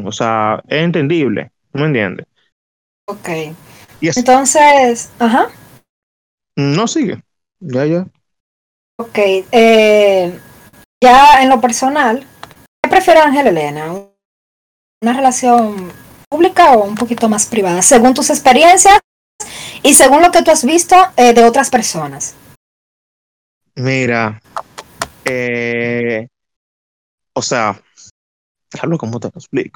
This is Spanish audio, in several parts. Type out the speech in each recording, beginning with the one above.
bien, o sea, es entendible, ¿no me entiendes? Ok. Y es, Entonces, ajá. no sigue, ya. Ok. Ya en lo personal, ¿qué prefiere Ángel Elena? ¿Una relación pública o un poquito más privada? Según tus experiencias y según lo que tú has visto de otras personas. Mira, o sea, hablo como te lo explico.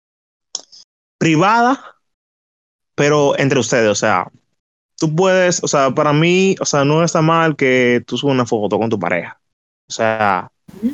Privada, pero entre ustedes, o sea, tú puedes, o sea, para mí, o sea, no está mal que tú subas una foto con tu pareja. O sea,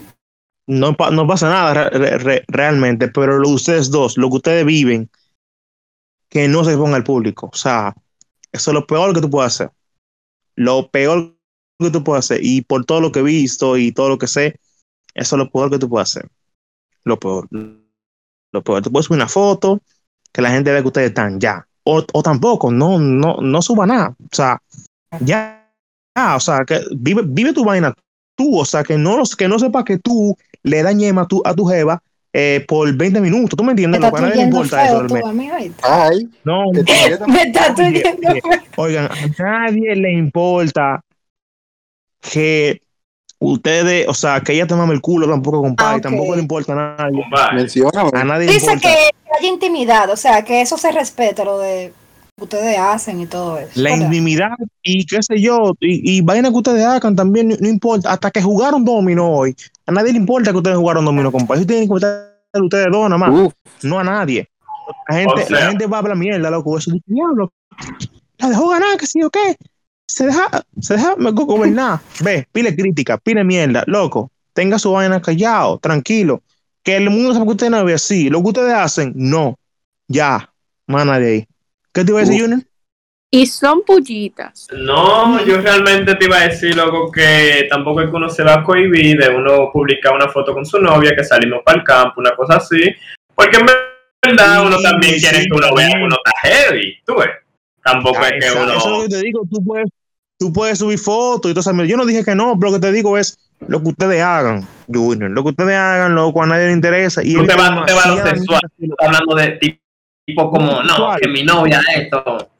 no pasa nada realmente, pero lo de ustedes dos, lo que ustedes viven, que no se ponga al público. O sea, eso es lo peor que tú puedes hacer. Lo peor que tú puedes hacer. Y por todo lo que he visto y todo lo que sé, eso es lo peor que tú puedes hacer. Lo peor. Lo peor. Tú puedes subir una foto, que la gente vea que ustedes están ya. O tampoco, no suba nada. O sea, ya, o sea, que vive tu vaina tú, o sea, que no sepa que tú le das ñema a tu jeva por 20 minutos, ¿tú me Me entiendes? Lo estás que a nadie le tuyendo importa eso feo tú, realmente. amigo. Ay, No, que te no, entiendo. Me estás oye, tuyendo feo. oigan, a nadie le importa que ustedes, o sea, que ella te mame el culo tampoco, Ah, compadre, ok. tampoco le importa a nadie, a Mencióname. nadie le Dice importa. que haya intimidad, o sea, que eso se respeta, lo de que ustedes hacen y todo eso, La ¿verdad? intimidad y qué sé yo, y vaina que ustedes hagan también, no importa, hasta que jugaron domino hoy, a nadie le importa que ustedes jugaron domino, compadre, eso tienen que importar a ustedes dos nada más, Uf, no a nadie. O sea, La gente va a hablar mierda, loco, eso dice, diablo, la dejó ganar, que sí o qué, se deja gobernar, ve, pile crítica, pile mierda, loco, tenga su vaina callado, tranquilo, que el mundo sabe que ustedes no ve así, lo que ustedes hacen, no, ya, mana de ahí. ¿Qué te iba a decir, uf. Junior? Y son pullitas. no, yo realmente te iba a decir, loco, que tampoco es que uno se va a cohibir de uno publicar una foto con su novia, que salimos para el campo, una cosa así, porque en verdad uno también Sí, quiere sí, que uno está vea que bien. uno está heavy, tú ves. Tampoco es que Eso es lo uno... que te digo, tú puedes subir fotos y todo eso. Yo no dije que no, pero lo que te digo es lo que ustedes hagan, Junior. Lo que ustedes hagan, loco, a nadie le interesa. Y he visto Tú te vas a lo demasiada sexual, mierda tú estás hablando de tipo como, no, sexual. que mi novia esto.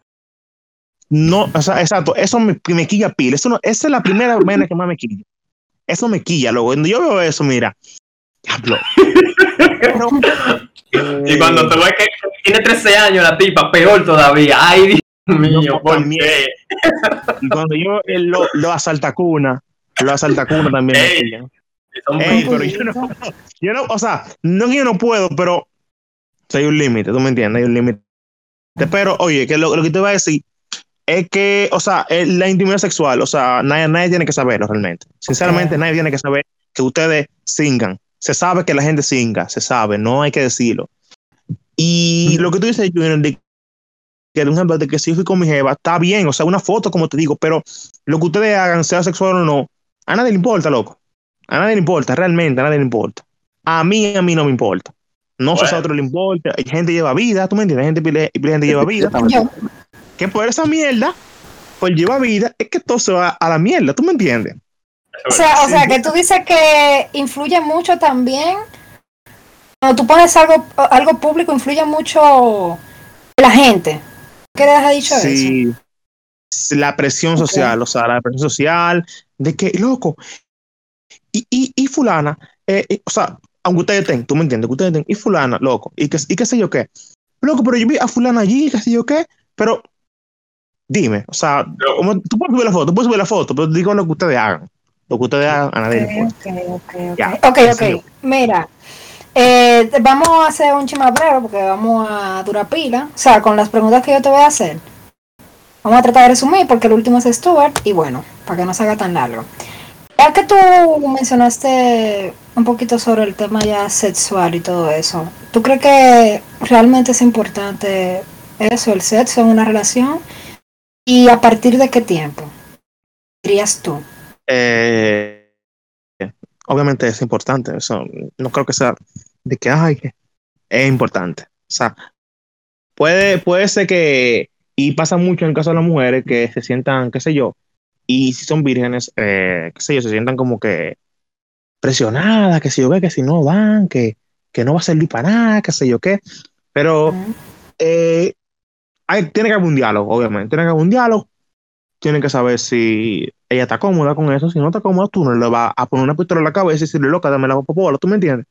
No, o sea, exacto, eso me quilla pila. Eso no, esa es la primera vaina que más me quilla. Eso me quilla, loco. Cuando yo veo eso, mira, diablo. Pero, Y cuando eh, te ves que tiene 13 años la tipa, peor todavía. Ay, Dios mío, loco, ¿por también. qué? Y cuando yo lo asaltacuna, también me Ey, quilla. son Un Ey, pero pollito. o sea, no que yo no puedo, pero o sea, hay un límite, ¿tú me entiendes? Hay un límite. Pero, oye, que lo que te iba a decir es que, o sea, la intimidad sexual, o sea, nadie tiene que saberlo realmente. Sinceramente, Okay. nadie tiene que saber que ustedes singan. Se sabe que la gente singa, se sabe, no hay que decirlo. Y lo que tú dices, Junior, de que, por ejemplo, de que si yo fui con mi jeva, está bien, o sea, una foto, como te digo, pero lo que ustedes hagan, sea sexual o no, a nadie le importa, loco. A nadie le importa, realmente, a nadie le importa. A mí no me importa. No sé si a bueno. otro le importa. Hay gente que lleva vida, ¿tú me entiendes? Gente lleva vida. Exactamente. Yo. Que por esa mierda, por llevar vida, es que todo se va a la mierda, ¿tú me entiendes? Eso es verdad. O sea, que tú dices que influye mucho también. Cuando tú pones algo público, influye mucho la gente. ¿Qué te has dicho eso? Sí, la presión Okay. social, o sea, la presión social de que, loco, y fulana, o sea, aunque ustedes estén, tú me entiendes, que ustedes estén, y fulana, loco, y qué sé yo qué. Loco, pero yo vi a fulana allí, qué sé yo qué, pero dime, o sea, Pero, como, tú puedes subir la foto, pero digo lo que ustedes hagan. Lo que ustedes hagan, a nadie le importa. Ya, eso yo. Ok. Mira, vamos a hacer un chima breve porque vamos a durar pila. O sea, con las preguntas que yo te voy a hacer. Vamos a tratar de resumir porque el último es Stuart y bueno, para que no se haga tan largo. Ya que tú mencionaste un poquito sobre el tema ya sexual y todo eso, ¿tú crees que realmente es importante eso, el sexo en una relación? ¿Y a partir de qué tiempo dirías tú? Eh, obviamente es importante, eso no creo que sea de que, ay, que es importante. O sea, puede ser que, y pasa mucho en el caso de las mujeres, que se sientan, qué sé yo, y si son vírgenes, qué sé yo, se sientan como que presionadas, que si yo ve que si no van, que que no va a servir para nada, qué sé yo qué, pero tiene que haber un diálogo, obviamente, tiene que haber un diálogo, tienen que saber si ella está cómoda con eso, si no está cómoda, tú no le vas a poner una pistola en la cabeza y decirle, loca, dame la popola, ¿tú me entiendes?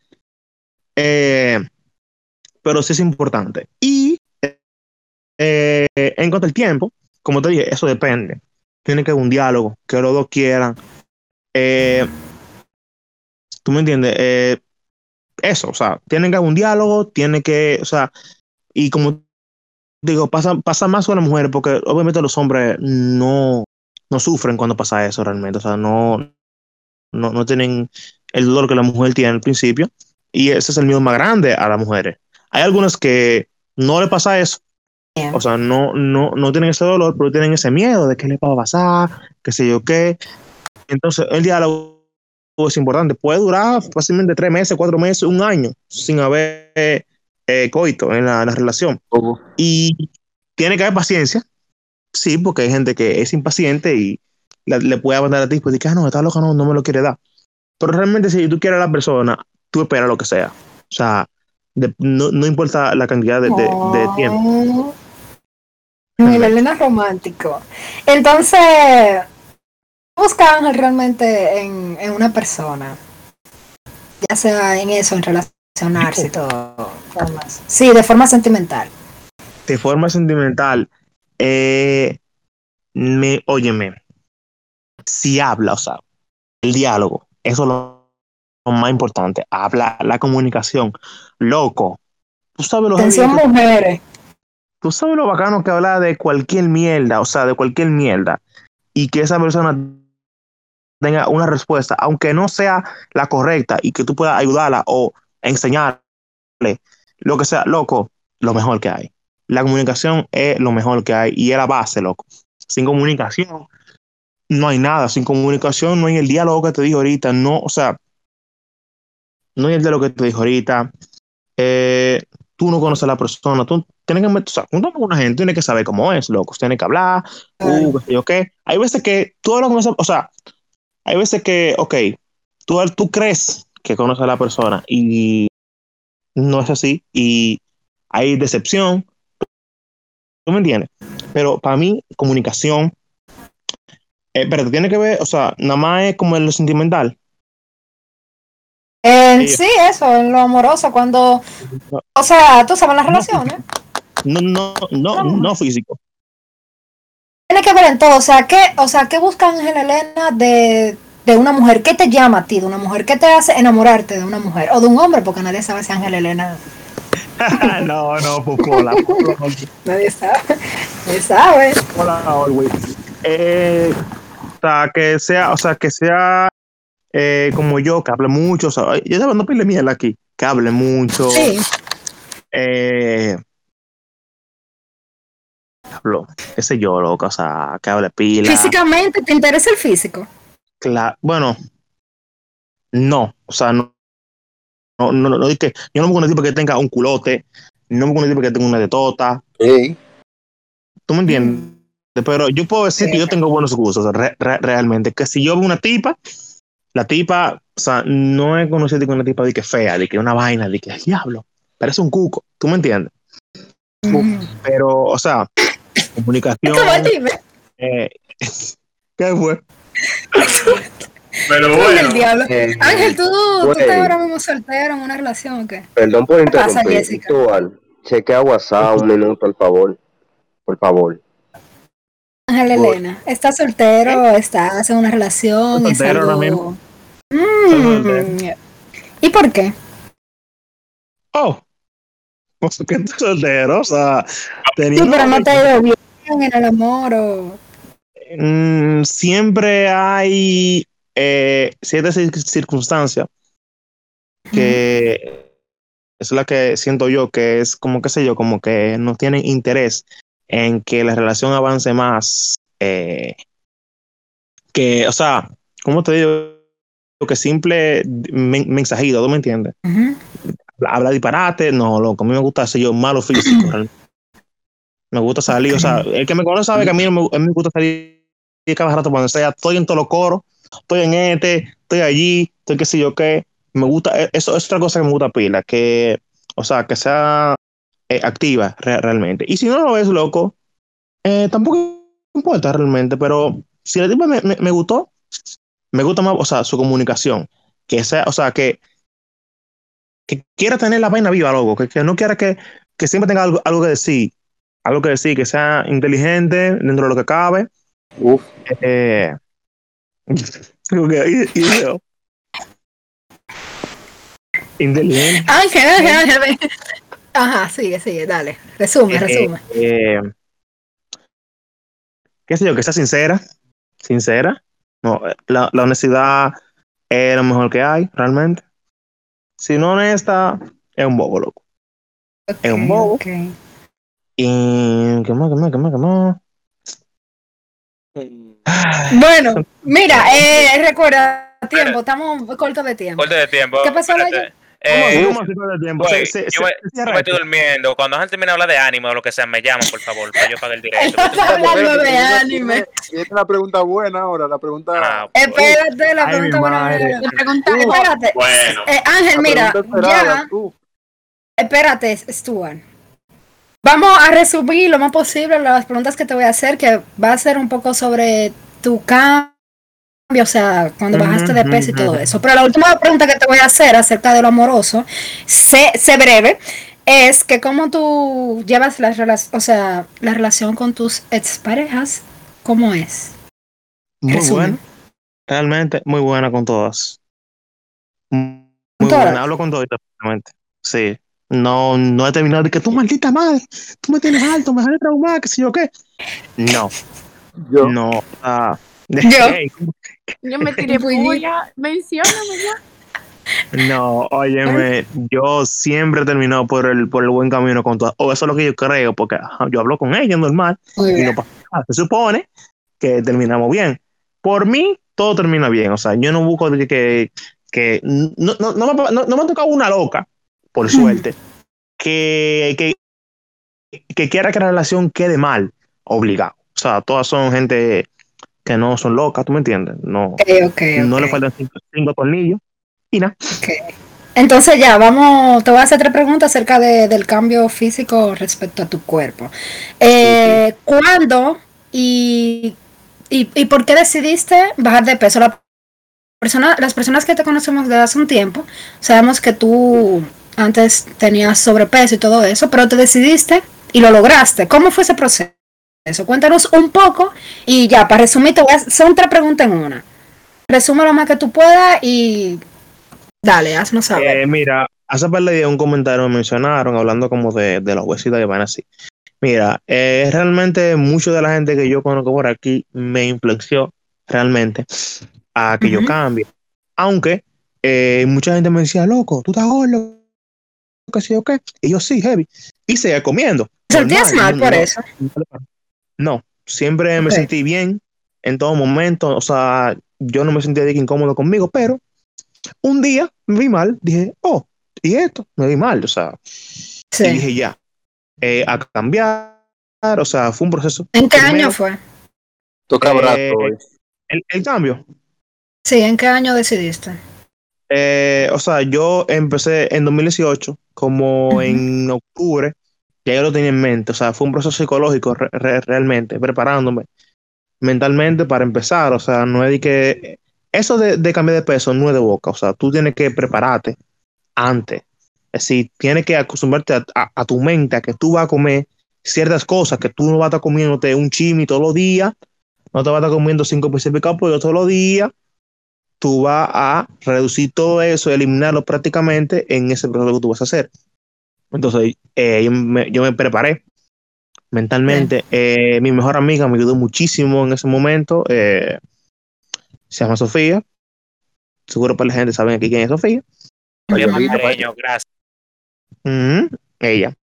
Pero sí es importante. Y en cuanto al tiempo, como te dije, eso depende. Tiene que haber un diálogo, que los dos quieran. Eh, ¿Tú me entiendes? Eso, o sea, tienen que haber un diálogo, tiene que, o sea, y como digo, pasa más con las mujeres, porque obviamente los hombres no sufren cuando pasa eso realmente, o sea, no tienen el dolor que la mujer tiene al principio, y ese es el miedo más grande a las mujeres. Hay algunas que no le pasa eso, o sea, no tienen ese dolor, pero tienen ese miedo de qué le va a pasar, qué sé yo qué. Entonces, el diálogo es importante. Puede durar fácilmente 3 meses, 4 meses, un año, sin haber coito en la relación. Y tiene que haber paciencia, sí, porque hay gente que es impaciente y le puede abandonar a ti, pues dice, no, está loca, no me lo quiere dar. Pero realmente si tú quieres a la persona, tú esperas lo que sea. O sea, no importa la cantidad de tiempo. Oh, mira, Elena romántico. Entonces, ¿qué busca Ángel realmente en una persona? Ya sea en eso, en relacionarse y todo. Formas. Sí, de forma sentimental. De forma sentimental, óyeme, si habla, o sea, el diálogo, eso es lo más importante. Habla, la comunicación. Loco, tú sabes lo heavy Atención, mujeres. tú sabes lo bacano que habla de cualquier mierda, o sea, de cualquier mierda, y que esa persona tenga una respuesta, aunque no sea la correcta, y que tú puedas ayudarla o enseñarle, lo que sea, loco, lo mejor que hay. La comunicación es lo mejor que hay y es la base, loco. Sin comunicación no hay nada, sin comunicación no hay el diálogo que te dije ahorita, no, o sea, no hay el diálogo que te dije ahorita. eh, Tú no conoces a la persona, tú tienes que meter, o sea, junto con una gente, tienes que saber cómo es, loco, tienes que hablar, Claro. qué sé yo qué. Hay veces que tú hablas con esa, o sea, hay veces que, ok, tú crees que conoces a la persona y no es así, y hay decepción, ¿tú me entiendes? Pero para mí, comunicación, pero tiene que ver, o sea, nada más es como en lo sentimental. Sí, eso, en lo amoroso, cuando, No, o sea, tú sabes las no relaciones. físico, no físico. Tiene que ver en todo, o sea, ¿qué busca Ángel Elena de una mujer? ¿Qué te llama a ti de una mujer? ¿Qué te hace enamorarte de una mujer? O de un hombre, porque nadie sabe si Ángel Elena. No, popola. Nadie sabe. Nadie sabe. Always. O sea, que sea como yo, que hable mucho. O sea, yo no pile mierda aquí. Que hable mucho. Sí. Eh, hablo, qué sé yo, loca. O sea, que hable pila. Físicamente, ¿te interesa el físico? Bueno, no. O sea, no, es que yo no me conozco un tipo que tenga un culote. No me conozco un tipo que tenga una de tota. Hey. ¿Tú me entiendes? Pero yo puedo decir que yo tengo buenos gustos, o sea, realmente. Que si yo veo una tipa, la tipa, o sea, no he conocido con una tipa de que fea, de que una vaina, de que diablo, parece un cuco, ¿tú me entiendes? Pero, o sea, comunicación. Eh, ¿Qué fue? Pero El bueno, diablo. Ángel, ¿tú Güey, estás ahora mismo soltero en una relación o qué? perdón por ¿Qué pasa, interrumpir. Jessica? Virtual, chequea WhatsApp un minuto, por favor. Por favor. Ángel Elena, ¿estás soltero? ¿Estás en una relación? ¿Es Soltero ahora mismo. algo? ¿Y por qué? Oh, pues que estoy soltero, o sea, tenía Sí, pero no te novia. ha ido bien en el amor o... Siempre hay ciertas circunstancias que es la que siento yo, que es como, qué sé yo, como que no tienen interés en que la relación avance más, o sea, ¿cómo te digo? Que simple mensajito, ¿tú me entiendes? Habla disparate, no, loco, a mí me gusta ser yo malo físico, realmente. Me gusta salir, o sea, el que me conoce sabe que a mí me gusta salir cada rato cuando sea, estoy en todos los coros, estoy en estoy allí, estoy qué sé yo qué, me gusta, eso es otra cosa que me gusta pila, que, o sea, que sea activa realmente. Y si no lo es, loco, tampoco importa realmente, pero si la tipa me gustó, me gusta más, o sea, su comunicación, que sea, o sea, que quiera tener la vaina viva, loco, que no quiera que siempre tenga algo que decir, que sea inteligente dentro de lo que cabe. Uf, Eh, y yo, inteligente. Ángel, ven. Ajá, sigue, dale. Resume. Eh, qué sé yo, que sea sincera. No, la honestidad es lo mejor que hay, realmente. Si no honesta, es un bobo, loco. Es un bobo. Ok. Y qué más. Bueno, mira, recuerda, tiempo, estamos cortos de tiempo. Corte de tiempo. ¿Qué pasó, Espérate. Layo? ¿Cómo así todo el tiempo? Güey, Se yo me cierra estoy esto. durmiendo. Cuando Ángel termine de hablar de anime o lo que sea, me llaman, por favor, para yo pagar el Él directo. está hablando de anime. Y esta es la pregunta buena ahora, la pregunta. Ah, Espérate, la Ay, pregunta mi buena. madre. La pregunta es, Espérate. Bueno. Ángel, la mira, pregunta esperada, ya. tú. Espérate, Stuart. Vamos a resumir lo más posible las preguntas que te voy a hacer, que va a ser un poco sobre tu cambio, o sea, cuando bajaste de peso y todo eso. Pero la última pregunta que te voy a hacer acerca de lo amoroso, sé breve, es que cómo tú llevas o sea, la relación con tus exparejas, ¿cómo es? Muy Resumen. buena. Realmente muy buena con todas. Muy todas? buena. Hablo con todas, realmente. Sí. No he terminado de que tú, maldita madre, tú me tienes alto, me dejas traumada, que sé yo qué. No, Yo. no. Yo. Hey, yo me tiré Muy puya, mencióname ya. no, óyeme, yo siempre he terminado por el buen camino con todas. O eso es lo que yo creo, porque yo hablo con ella normal Muy y bien. no pasa nada. Se supone que terminamos bien. Por mí, todo termina bien. O sea, yo no busco de que no me ha tocado una loca, por suerte, que quiera que la relación quede mal, obligado. O sea, todas son gente que no son locas, ¿tú me entiendes? No, Ok. no le faltan cinco tornillos y nada. Ok. Entonces ya, te voy a hacer 3 preguntas acerca del cambio físico respecto a tu cuerpo. ¿Cuándo y por qué decidiste bajar de peso? Las personas que te conocemos desde hace un tiempo, sabemos que tú antes tenías sobrepeso y todo eso, pero te decidiste y lo lograste. ¿Cómo fue ese proceso? Cuéntanos un poco y ya, para resumir, son 3 preguntas en una. Resume lo más que tú puedas y dale, haznos saber. Mira, hace par de días un comentario me mencionaron hablando como de las huesitas y van así. Mira, realmente mucho de la gente que yo conozco por aquí me influenció realmente a que yo cambie. Aunque mucha gente me decía, loco, tú estás gordo, qué sé yo qué. Y yo sí, heavy. Y seguía comiendo. ¿Te sentías Normal, mal por eso? No, siempre me sentí bien en todo momento. O sea, yo no me sentía de que incómodo conmigo, pero un día me vi mal, dije, oh, ¿y esto? Me vi mal, o sea, y dije ya, a cambiar, o sea, fue un proceso. ¿En qué año fue? Toca brazo hoy. El cambio, Sí, ¿en qué año decidiste? o sea, yo empecé en 2018, como en octubre, ya yo lo tenía en mente, o sea, fue un proceso psicológico realmente, preparándome mentalmente para empezar, o sea, no es de que, eso de cambiar de peso no es de boca, o sea, tú tienes que prepararte antes. Es decir, tienes que acostumbrarte a tu mente a que tú vas a comer ciertas cosas, que tú no vas a estar comiéndote un chimi todos los días, no te vas a estar comiendo 5 piezas de pollo todos los días, tú vas a reducir todo eso, eliminarlo prácticamente en ese proceso que tú vas a hacer. Entonces, yo me preparé mentalmente. Mi mejor amiga me ayudó muchísimo en ese momento. Se llama Sofía. Seguro para la gente saben aquí quién es Sofía. cariño, gracias. Ella.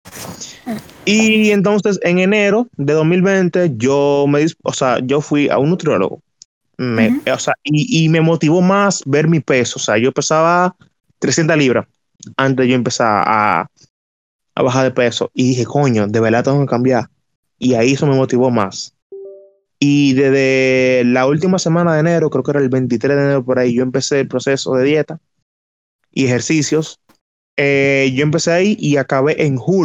Y entonces en enero de 2020 yo fui a un nutriólogo. O sea, y me motivó más ver mi peso. O sea, yo pesaba 300 libras antes de yo empezar a bajar de peso. Y dije, coño, de verdad tengo que cambiar. Y ahí eso me motivó más. Y desde la última semana de enero, creo que era el 23 de enero por ahí, yo empecé el proceso de dieta. y ejercicios. Yo empecé ahí y acabé en julio